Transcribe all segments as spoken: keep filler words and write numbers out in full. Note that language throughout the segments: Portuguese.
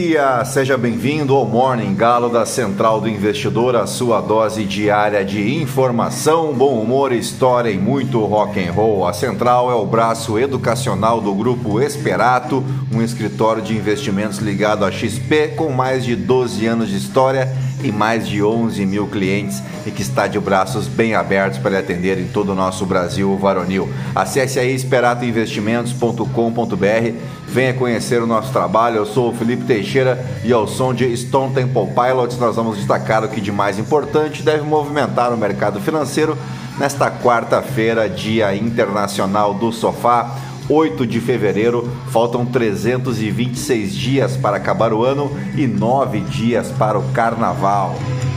dia, seja bem-vindo ao Morning Galo da Central do Investidor, a sua dose diária de informação, bom humor, história e muito rock and roll. A Central é o braço educacional do Grupo Esperato, um escritório de investimentos ligado à X P com mais de doze anos de história e mais de onze mil clientes e que está de braços bem abertos para lhe atender em todo o nosso Brasil varonil. Acesse aí esperato investimentos ponto com ponto b r, venha conhecer o nosso trabalho. Eu sou o Felipe Teixeira e ao som de Stone Temple Pilots nós vamos destacar o que de mais importante deve movimentar o mercado financeiro nesta quarta-feira, Dia Internacional do Sofá, oito de fevereiro, faltam trezentos e vinte e seis dias para acabar o ano e nove dias para o Carnaval.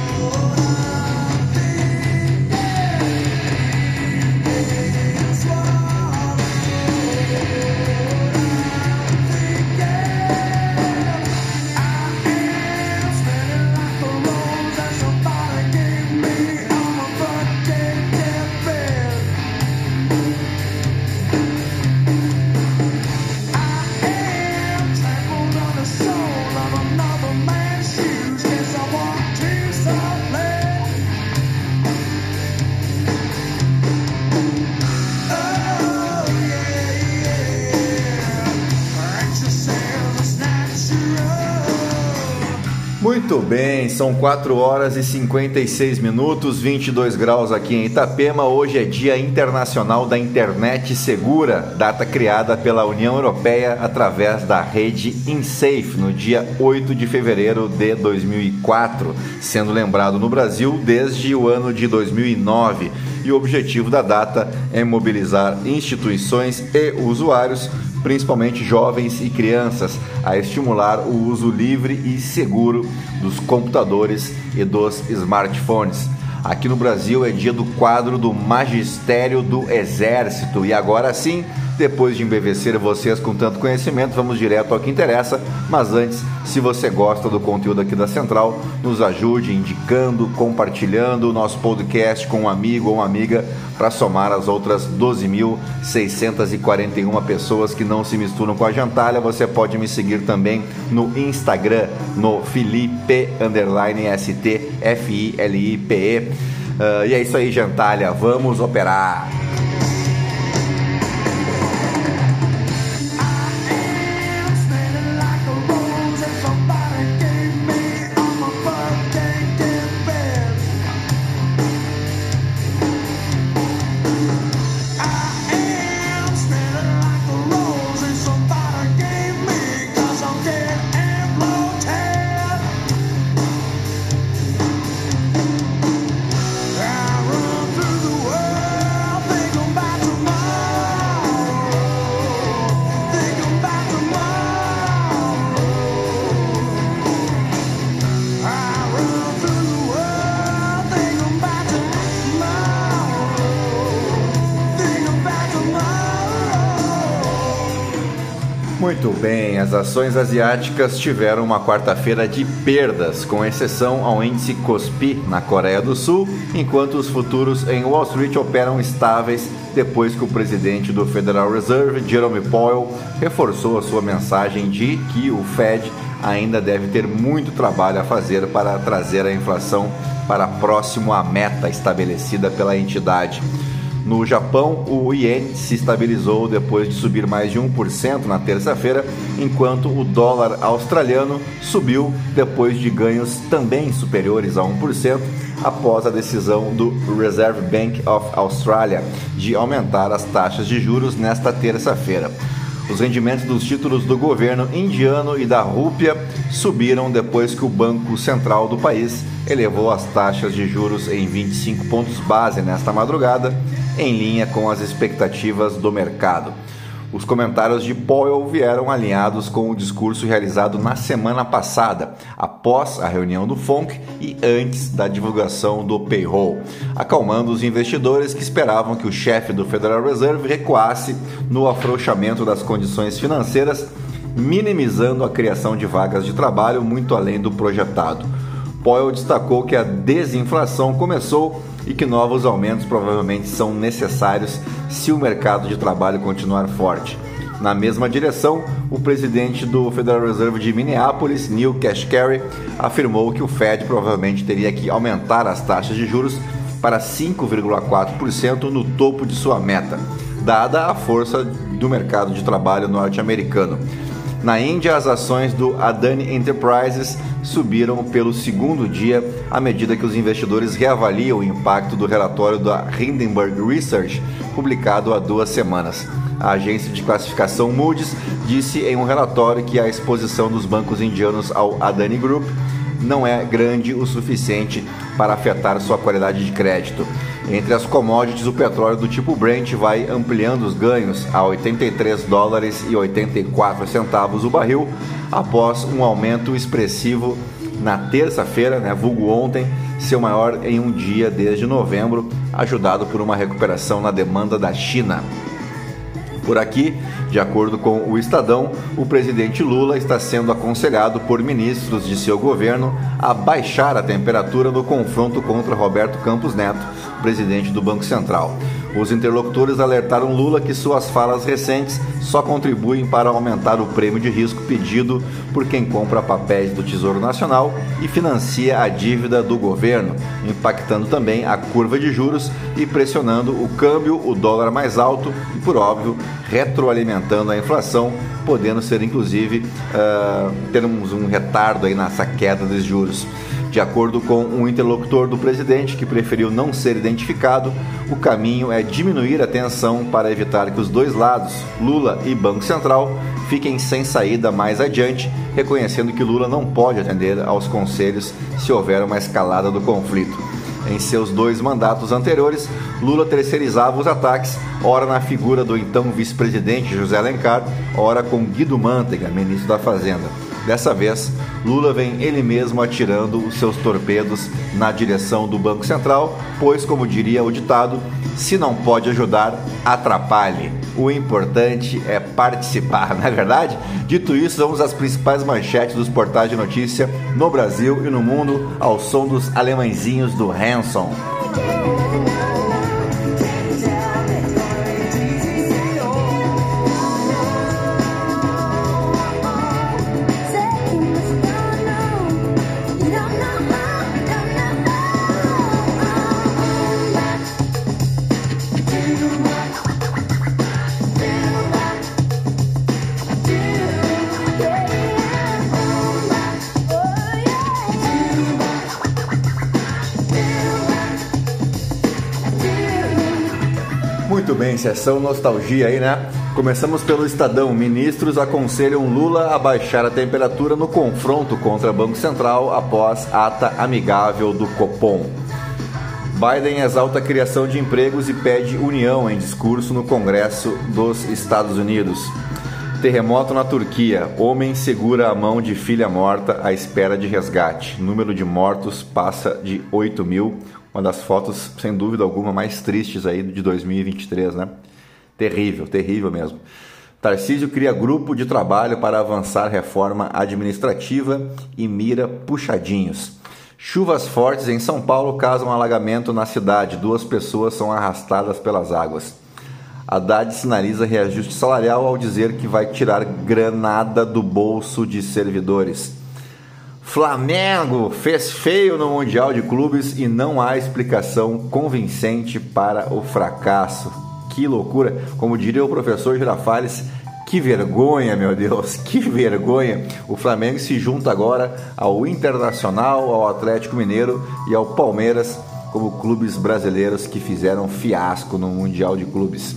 Muito bem, são quatro horas e cinquenta e seis minutos, vinte e dois graus aqui em Itapema. Hoje é Dia Internacional da Internet Segura, data criada pela União Europeia através da rede InSafe, no dia oito de fevereiro de dois mil e quatro, sendo lembrado no Brasil desde o ano de dois mil e nove. E o objetivo da data é mobilizar instituições e usuários, principalmente jovens e crianças, a estimular o uso livre e seguro dos computadores e dos smartphones. Aqui no Brasil é dia do quadro do Magistério do Exército. E agora sim, depois de embevecer vocês com tanto conhecimento, vamos direto ao que interessa. Mas antes, se você gosta do conteúdo aqui da Central, nos ajude indicando, compartilhando o nosso podcast com um amigo ou uma amiga para somar as outras doze mil seiscentas e quarenta e uma pessoas que não se misturam com a gentalha. Você pode me seguir também no Instagram, no Felipe underline S T F I L I P E. Uh, e é isso aí, gentalha, vamos operar! Muito bem, as ações asiáticas tiveram uma quarta-feira de perdas, com exceção ao índice Kospi na Coreia do Sul, enquanto os futuros em Wall Street operam estáveis depois que o presidente do Federal Reserve, Jerome Powell, reforçou a sua mensagem de que o Fed ainda deve ter muito trabalho a fazer para trazer a inflação para próximo à meta estabelecida pela entidade. No Japão, o iene se estabilizou depois de subir mais de um por cento na terça-feira, enquanto o dólar australiano subiu depois de ganhos também superiores a um por cento após a decisão do Reserve Bank of Australia de aumentar as taxas de juros nesta terça-feira. Os rendimentos dos títulos do governo indiano e da rúpia subiram depois que o Banco Central do país elevou as taxas de juros em vinte e cinco pontos base nesta madrugada, em linha com as expectativas do mercado. Os comentários de Powell vieram alinhados com o discurso realizado na semana passada, após a reunião do F O N C e antes da divulgação do payroll, acalmando os investidores que esperavam que o chefe do Federal Reserve recuasse no afrouxamento das condições financeiras, minimizando a criação de vagas de trabalho muito além do projetado. Powell destacou que a desinflação começou e que novos aumentos provavelmente são necessários se o mercado de trabalho continuar forte. Na mesma direção, o presidente do Federal Reserve de Minneapolis, Neil Kashkari, afirmou que o Fed provavelmente teria que aumentar as taxas de juros para cinco vírgula quatro por cento no topo de sua meta, dada a força do mercado de trabalho norte-americano. Na Índia, as ações do Adani Enterprises subiram pelo segundo dia à medida que os investidores reavaliam o impacto do relatório da Hindenburg Research, publicado há duas semanas. A agência de classificação Moody's disse em um relatório que a exposição dos bancos indianos ao Adani Group não é grande o suficiente para afetar sua qualidade de crédito. Entre as commodities, o petróleo do tipo Brent vai ampliando os ganhos a oitenta e três dólares e oitenta e quatro centavos o barril, após um aumento expressivo na terça-feira, né, vulgo ontem, seu maior em um dia desde novembro, ajudado por uma recuperação na demanda da China. Por aqui, de acordo com o Estadão, o presidente Lula está sendo aconselhado por ministros de seu governo a baixar a temperatura no confronto contra Roberto Campos Neto, presidente do Banco Central. Os interlocutores alertaram Lula que suas falas recentes só contribuem para aumentar o prêmio de risco pedido por quem compra papéis do Tesouro Nacional e financia a dívida do governo, impactando também a curva de juros e pressionando o câmbio, o dólar mais alto e, por óbvio, retroalimentando a inflação, podendo ser, inclusive, uh, termos um retardo aí nessa queda dos juros. De acordo com um interlocutor do presidente, que preferiu não ser identificado, o caminho é diminuir a tensão para evitar que os dois lados, Lula e Banco Central, fiquem sem saída mais adiante, reconhecendo que Lula não pode atender aos conselhos se houver uma escalada do conflito. Em seus dois mandatos anteriores, Lula terceirizava os ataques, ora na figura do então vice-presidente José Alencar, ora com Guido Mantega, ministro da Fazenda. Dessa vez, Lula vem ele mesmo atirando os seus torpedos na direção do Banco Central, pois, como diria o ditado, se não pode ajudar, atrapalhe. O importante é participar, não é verdade? Dito isso, vamos às principais manchetes dos portais de notícia no Brasil e no mundo, ao som dos alemãezinhos do Hanson. Muito bem, sessão nostalgia aí, né? Começamos pelo Estadão. Ministros aconselham Lula a baixar a temperatura no confronto contra Banco Central após ata amigável do Copom. Biden exalta a criação de empregos e pede união em discurso no Congresso dos Estados Unidos. Terremoto na Turquia. Homem segura a mão de filha morta à espera de resgate. Número de mortos passa de oito mil. Uma das fotos, sem dúvida alguma, mais tristes aí de dois mil e vinte e três, né? Terrível, terrível mesmo. Tarcísio cria grupo de trabalho para avançar reforma administrativa e mira puxadinhos. Chuvas fortes em São Paulo causam alagamento na cidade. Duas pessoas são arrastadas pelas águas. Haddad sinaliza reajuste salarial ao dizer que vai tirar granada do bolso de servidores. Flamengo fez feio no Mundial de Clubes e não há explicação convincente para o fracasso. Que loucura! Como diria o professor Girafales, que vergonha, meu Deus, que vergonha! O Flamengo se junta agora ao Internacional, ao Atlético Mineiro e ao Palmeiras como clubes brasileiros que fizeram fiasco no Mundial de Clubes.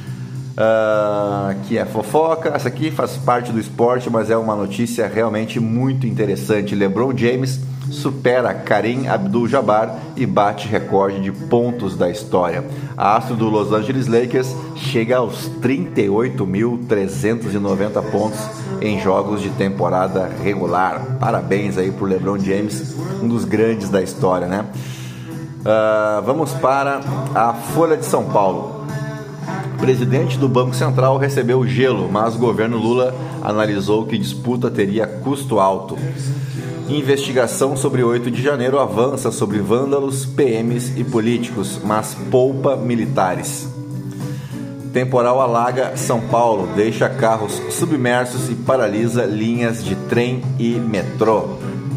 Uh, que é fofoca, essa aqui faz parte do esporte, mas é uma notícia realmente muito interessante. LeBron James supera Kareem Abdul-Jabbar e bate recorde de pontos da história. A astro do Los Angeles Lakers chega aos trinta e oito mil trezentos e noventa pontos em jogos de temporada regular. Parabéns aí pro LeBron James, um dos grandes da história, né? Uh, vamos para a Folha de São Paulo. O presidente do Banco Central recebeu gelo, mas o governo Lula analisou que disputa teria custo alto. Investigação sobre oito de janeiro avança sobre vândalos, P Ms e políticos, mas poupa militares. Temporal alaga São Paulo, deixa carros submersos e paralisa linhas de trem e metrô.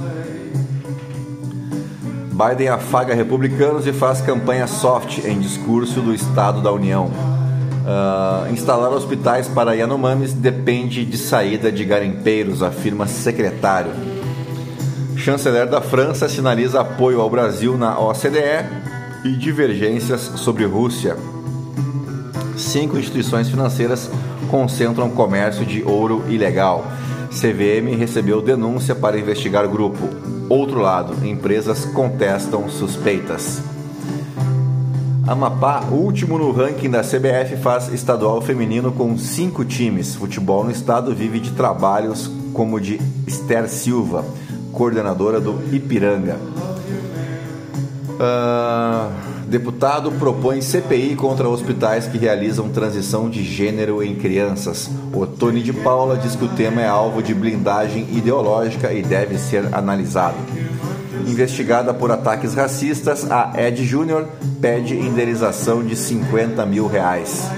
Biden afaga republicanos e faz campanha soft em discurso do Estado da União. Uh, instalar hospitais para Yanomamis depende de saída de garimpeiros, afirma secretário. Chanceler da França sinaliza apoio ao Brasil na O C D E e divergências sobre Rússia. Cinco instituições financeiras concentram comércio de ouro ilegal. C V M recebeu denúncia para investigar o grupo. Outro lado, empresas contestam suspeitas. Amapá, último no ranking da C B F, faz estadual feminino com cinco times. Futebol no estado vive de trabalhos como o de Esther Silva, coordenadora do Ipiranga. Uh, deputado propõe C P I contra hospitais que realizam transição de gênero em crianças. O Tony de Paula diz que o tema é alvo de blindagem ideológica e deve ser analisado. Investigada por ataques racistas, a Ed Júnior pede indenização de cinquenta mil reais.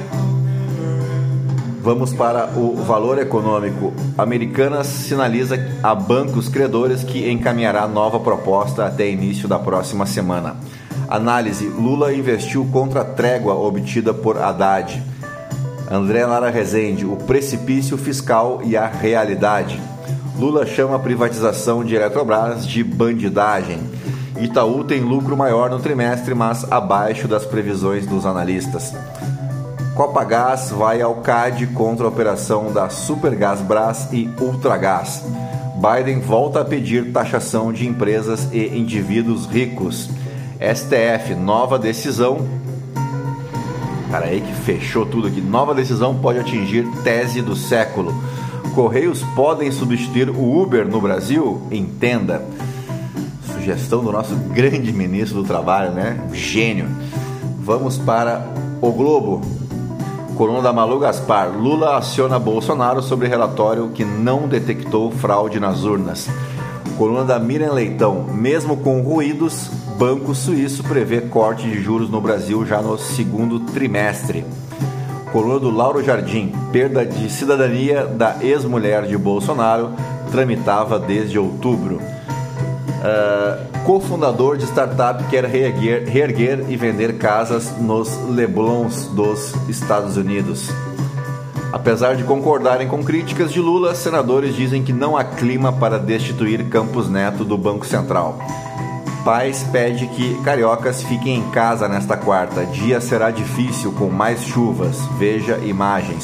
Vamos para o valor econômico. Americanas sinaliza a bancos credores que encaminhará nova proposta até início da próxima semana. Análise: Lula investiu contra a trégua obtida por Haddad. André Lara Rezende: o precipício fiscal e a realidade. Lula chama a privatização de Eletrobras de bandidagem. Itaú tem lucro maior no trimestre, mas abaixo das previsões dos analistas. Copagaz vai ao C A D contra a operação da Supergasbras e Ultragaz. Biden volta a pedir taxação de empresas e indivíduos ricos. S T F, nova decisão. Cara, aí que fechou tudo aqui. Nova decisão pode atingir tese do século. Correios podem substituir o Uber no Brasil? Entenda. Sugestão do nosso grande ministro do Trabalho, né? Gênio. Vamos para o Globo. Coluna da Malu Gaspar: Lula aciona Bolsonaro sobre relatório que não detectou fraude nas urnas. Coluna da Miriam Leitão: mesmo com ruídos, Banco Suíço prevê corte de juros no Brasil já no segundo trimestre. Coluna do Lauro Jardim: perda de cidadania da ex-mulher de Bolsonaro tramitava desde outubro. Uh, cofundador de startup quer reerguer, reerguer e vender casas nos Leblons dos Estados Unidos. Apesar de concordarem com críticas de Lula, senadores dizem que não há clima para destituir Campos Neto do Banco Central. Paz pede que cariocas fiquem em casa nesta quarta. Dia será difícil com mais chuvas. Veja imagens.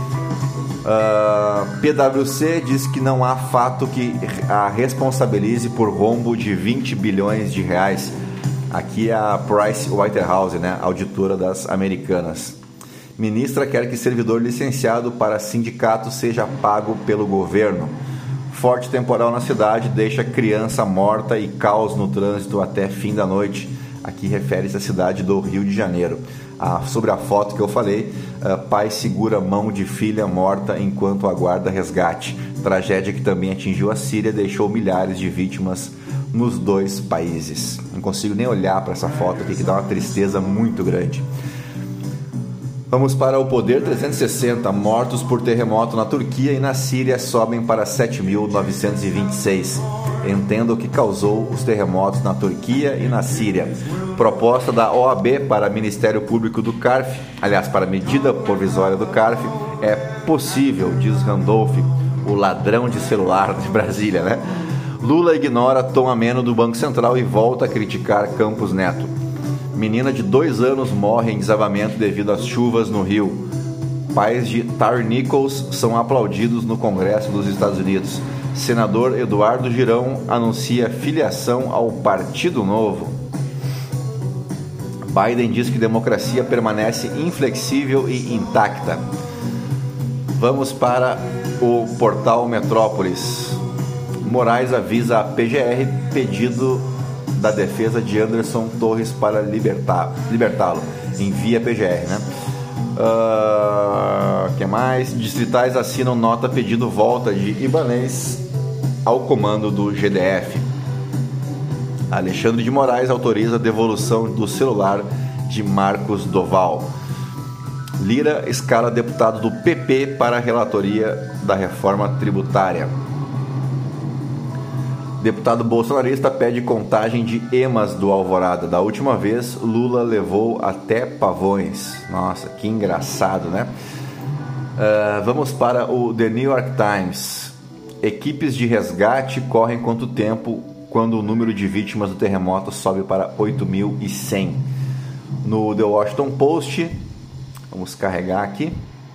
Uh, P W C diz que não há fato que a responsabilize por rombo de vinte bilhões de reais. Aqui é a Price Waterhouse, né, auditora das Americanas. Ministra quer que servidor licenciado para sindicato seja pago pelo governo. Forte temporal na cidade deixa criança morta e caos no trânsito até fim da noite. Aqui refere-se à cidade do Rio de Janeiro. Ah, sobre a foto que eu falei, uh, pai segura mão de filha morta enquanto aguarda resgate. Tragédia que também atingiu a Síria e deixou milhares de vítimas nos dois países. Não consigo nem olhar para essa foto aqui, que dá uma tristeza muito grande. Vamos para o Poder trezentos e sessenta. Mortos por terremoto na Turquia e na Síria sobem para sete mil novecentos e vinte e seis. Entenda o que causou os terremotos na Turquia e na Síria. Proposta da O A B para Ministério Público do C A R F, aliás, para medida provisória do C A R F, é possível, diz Randolph, o ladrão de celular de Brasília, né? Lula ignora tom ameno do Banco Central e volta a criticar Campos Neto. Menina de dois anos morre em desabamento devido às chuvas no Rio. Pais de Tar Nichols são aplaudidos no Congresso dos Estados Unidos. Senador Eduardo Girão anuncia filiação ao Partido Novo. Biden diz que democracia permanece inflexível e intacta. Vamos para o portal Metrópolis. Moraes avisa a P G R pedido da defesa de Anderson Torres para libertar, libertá-lo. Envia P G R, né? Uh, que mais? Distritais assinam nota pedindo volta de Ibanez ao comando do G D F. Alexandre de Moraes autoriza a devolução do celular de Marcos Doval. Lira escala deputado do P P para a relatoria da reforma tributária. Deputado bolsonarista pede contagem de emas do Alvorada. Da última vez, Lula levou até pavões. Nossa, que engraçado, né? Uh, vamos para o The New York Times. Equipes de resgate correm quanto tempo quando o número de vítimas do terremoto sobe para oito mil e cem? No The Washington Post, vamos carregar aqui.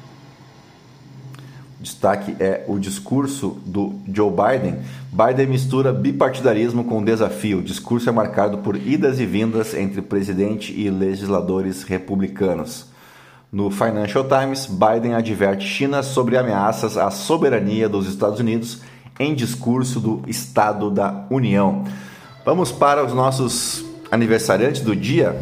O destaque é o discurso do Joe Biden. Biden mistura bipartidarismo com desafio. O discurso é marcado por idas e vindas entre presidente e legisladores republicanos. No Financial Times, Biden adverte China sobre ameaças à soberania dos Estados Unidos em discurso do Estado da União. Vamos para os nossos aniversariantes do dia.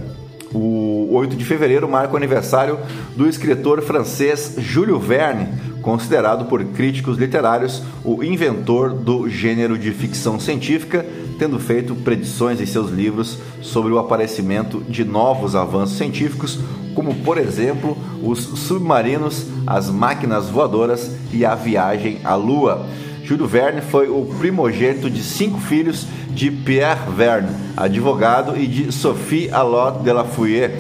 O oito de fevereiro marca o aniversário do escritor francês Jules Verne, considerado por críticos literários o inventor do gênero de ficção científica, tendo feito predições em seus livros sobre o aparecimento de novos avanços científicos, como, por exemplo, os submarinos, as máquinas voadoras e a viagem à Lua. Jules Verne foi o primogênito de cinco filhos de Pierre Verne, advogado, e de Sophie Allot de la Fouille,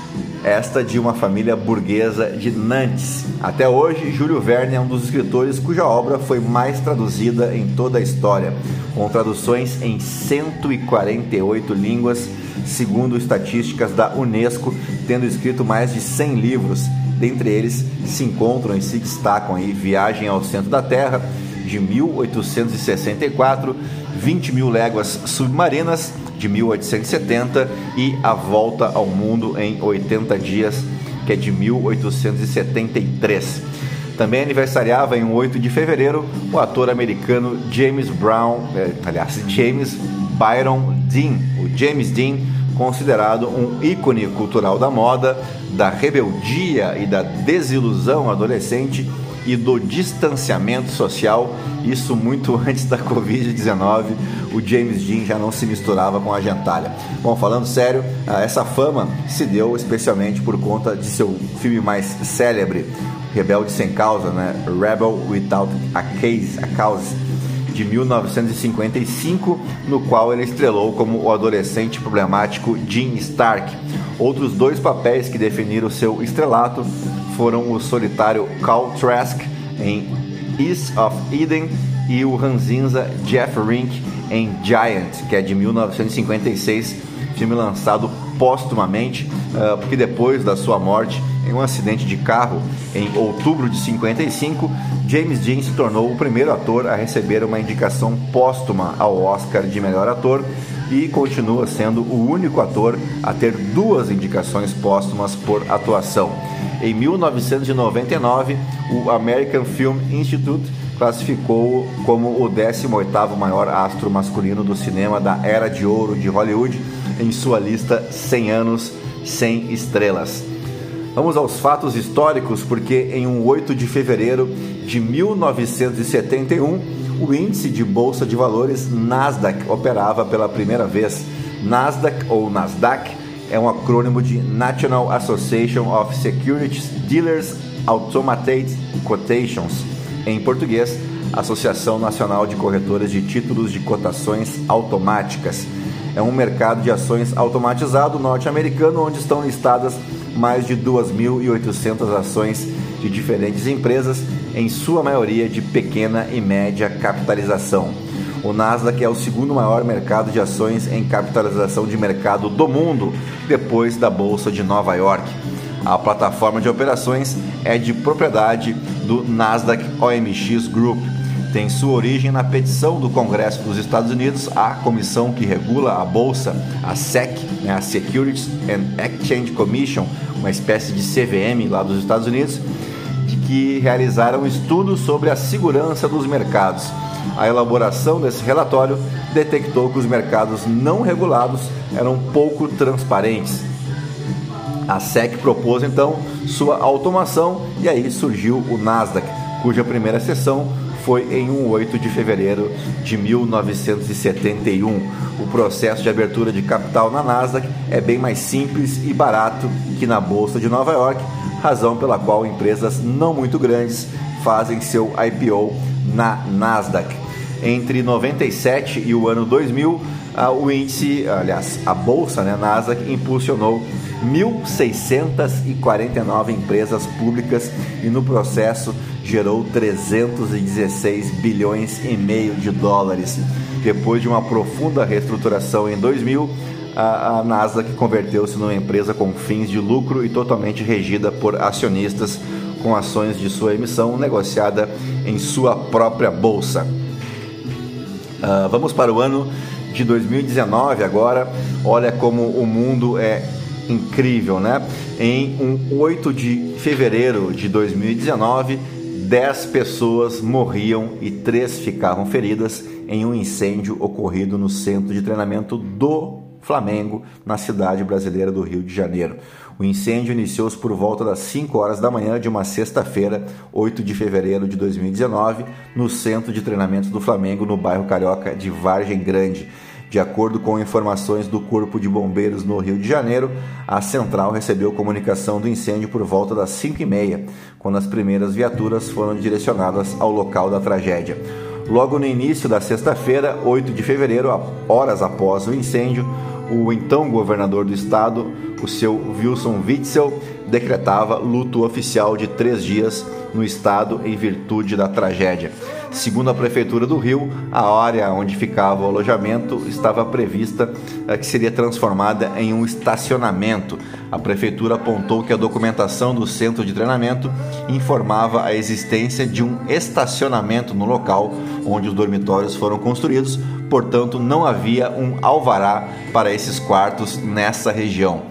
esta de uma família burguesa de Nantes. Até hoje, Jules Verne é um dos escritores cuja obra foi mais traduzida em toda a história, com traduções em cento e quarenta e oito línguas, segundo estatísticas da Unesco, tendo escrito mais de cem livros. Dentre eles se encontram e se destacam aí Viagem ao Centro da Terra, de mil oitocentos e sessenta e quatro, vinte mil léguas submarinas, de mil oitocentos e setenta, e A Volta ao Mundo em oitenta dias, que é de mil oitocentos e setenta e três. Também aniversariava em oito de fevereiro o ator americano James Brown, eh, aliás, James Byron Dean, o James Dean, considerado um ícone cultural da moda, da rebeldia e da desilusão adolescente e do distanciamento social, isso muito antes da covid dezenove. O James Dean já não se misturava com a gentalha. Bom, falando sério, essa fama se deu especialmente por conta de seu filme mais célebre, Rebelde Sem Causa, né? Rebel Without a Cause, a Cause, de mil novecentos e cinquenta e cinco, no qual ele estrelou como o adolescente problemático Jim Stark. Outros dois papéis que definiram seu estrelato foram o solitário Carl Trask em East of Eden e o ranzinza Jeff Rink em Giant, que é de mil novecentos e cinquenta e seis, filme lançado póstumamente, uh, porque depois da sua morte em um acidente de carro em outubro de cinquenta e cinco, James Dean se tornou o primeiro ator a receber uma indicação póstuma ao Oscar de melhor ator e continua sendo o único ator a ter duas indicações póstumas por atuação. Em mil novecentos e noventa e nove, o American Film Institute classificou-o como o décimo oitavo maior astro masculino do cinema da Era de Ouro de Hollywood em sua lista cem anos, cem estrelas. Vamos aos fatos históricos, porque em um oito de fevereiro de mil novecentos e setenta e um, o índice de bolsa de valores Nasdaq operava pela primeira vez. Nasdaq, ou Nasdaq, é um acrônimo de National Association of Securities Dealers Automated Quotations, em português, Associação Nacional de Corretoras de Títulos de Cotações Automáticas. É um mercado de ações automatizado norte-americano, onde estão listadas mais de duas mil e oitocentas ações de diferentes empresas, em sua maioria de pequena e média capitalização. O Nasdaq é o segundo maior mercado de ações em capitalização de mercado do mundo, depois da Bolsa de Nova York. A plataforma de operações é de propriedade do Nasdaq O M X Group. Tem sua origem na petição do Congresso dos Estados Unidos à comissão que regula a Bolsa, a S E C, né, a Securities and Exchange Commission, uma espécie de C V M lá dos Estados Unidos, de que realizaram estudos sobre a segurança dos mercados. A elaboração desse relatório detectou que os mercados não regulados eram pouco transparentes. A S E C propôs então sua automação e aí surgiu o Nasdaq, cuja primeira sessão foi em oito de fevereiro de mil novecentos e setenta e um. O processo de abertura de capital na Nasdaq é bem mais simples e barato que na Bolsa de Nova York, razão pela qual empresas não muito grandes fazem seu I P O na Nasdaq. Entre noventa e sete e o ano dois mil, o índice, aliás, a Bolsa, né, Nasdaq, impulsionou mil seiscentas e quarenta e nove empresas públicas e no processo gerou trezentos e dezesseis bilhões e meio de dólares. Depois de uma profunda reestruturação em dois mil, a, a Nasdaq converteu-se numa empresa com fins de lucro e totalmente regida por acionistas, com ações de sua emissão negociada em sua própria bolsa. Uh, vamos para o ano de dois mil e dezenove agora. Olha como o mundo é incrível, né? Em um oito de fevereiro de dois mil e dezenove, dez pessoas morriam e três ficavam feridas em um incêndio ocorrido no centro de treinamento do Flamengo, na cidade brasileira do Rio de Janeiro. O incêndio iniciou-se por volta das cinco horas da manhã de uma sexta-feira, oito de fevereiro de dois mil e dezenove, no centro de treinamento do Flamengo, no bairro carioca de Vargem Grande. De acordo com informações do Corpo de Bombeiros no Rio de Janeiro, a central recebeu comunicação do incêndio por volta das cinco e meia, quando as primeiras viaturas foram direcionadas ao local da tragédia. Logo no início da sexta-feira, oito de fevereiro, horas após o incêndio, o então governador do estado, o seu Wilson Witzel, decretava luto oficial de três dias no estado em virtude da tragédia. Segundo a Prefeitura do Rio, a área onde ficava o alojamento estava prevista que seria transformada em um estacionamento. A Prefeitura apontou que a documentação do centro de treinamento informava a existência de um estacionamento no local onde os dormitórios foram construídos, portanto não havia um alvará para esses quartos nessa região.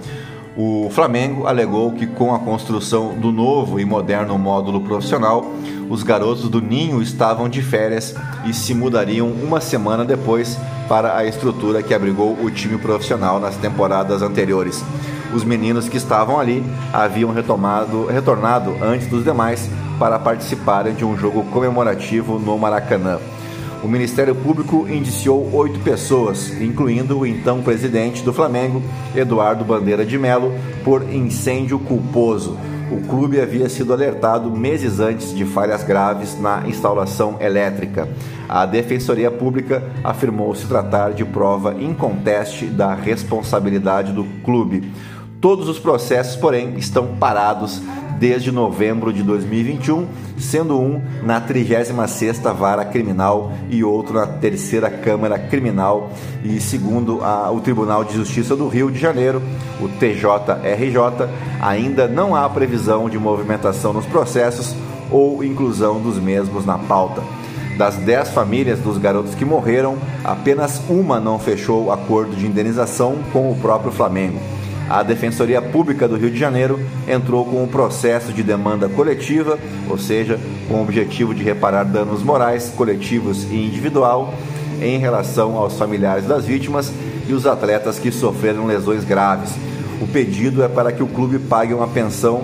O Flamengo alegou que com a construção do novo e moderno módulo profissional, os garotos do Ninho estavam de férias e se mudariam uma semana depois para a estrutura que abrigou o time profissional nas temporadas anteriores. Os meninos que estavam ali haviam retomado, retornado antes dos demais para participarem de um jogo comemorativo no Maracanã. O Ministério Público indiciou oito pessoas, incluindo o então presidente do Flamengo, Eduardo Bandeira de Mello, por incêndio culposo. O clube havia sido alertado meses antes de falhas graves na instalação elétrica. A Defensoria Pública afirmou se tratar de prova inconteste da responsabilidade do clube. Todos os processos, porém, estão parados desde novembro de dois mil e vinte e um, sendo um na trigésima sexta Vara Criminal e outro na terceira Câmara Criminal. E segundo a, o Tribunal de Justiça do Rio de Janeiro, o T J R J, ainda não há previsão de movimentação nos processos ou inclusão dos mesmos na pauta. Das dez famílias dos garotos que morreram, apenas uma não fechou acordo de indenização com o próprio Flamengo. A Defensoria Pública do Rio de Janeiro entrou com um processo de demanda coletiva, ou seja, com o objetivo de reparar danos morais, coletivos e individual em relação aos familiares das vítimas e os atletas que sofreram lesões graves. O pedido é para que o clube pague uma pensão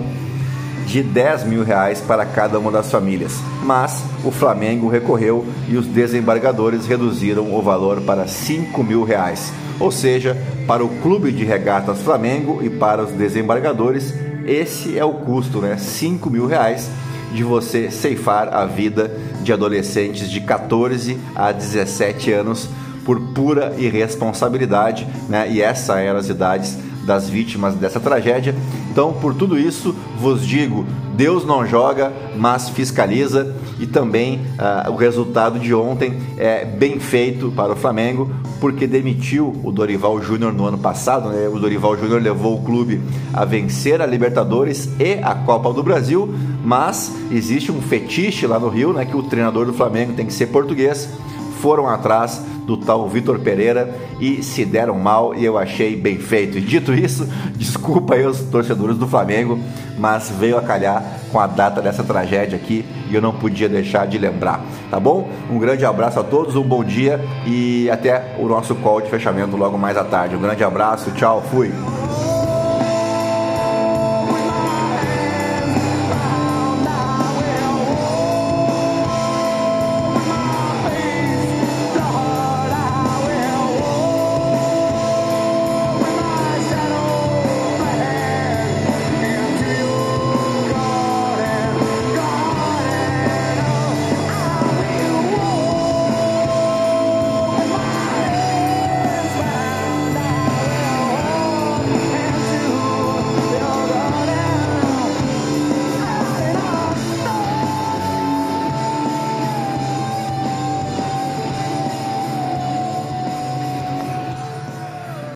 de dez mil reais para cada uma das famílias, mas o Flamengo recorreu e os desembargadores reduziram o valor para cinco mil reais. Ou seja, para o Clube de Regatas Flamengo e para os desembargadores, esse é o custo, né? cinco mil reais de você ceifar a vida de adolescentes de catorze a dezessete anos por pura irresponsabilidade, né? E essas eram as idades das vítimas dessa tragédia. Então, por tudo isso, vos digo, Deus não joga, mas fiscaliza. E também uh, o resultado de ontem é bem feito para o Flamengo, porque demitiu o Dorival Júnior no ano passado, né? O Dorival Júnior levou o clube a vencer a Libertadores e a Copa do Brasil, mas existe um fetiche lá no Rio, né, que o treinador do Flamengo tem que ser português. Foram atrás do tal Vitor Pereira e se deram mal, e eu achei bem feito. E dito isso, desculpa aí os torcedores do Flamengo, mas veio a calhar com a data dessa tragédia aqui e eu não podia deixar de lembrar, tá bom? Um grande abraço a todos, um bom dia e até o nosso call de fechamento logo mais à tarde. Um grande abraço, tchau, fui!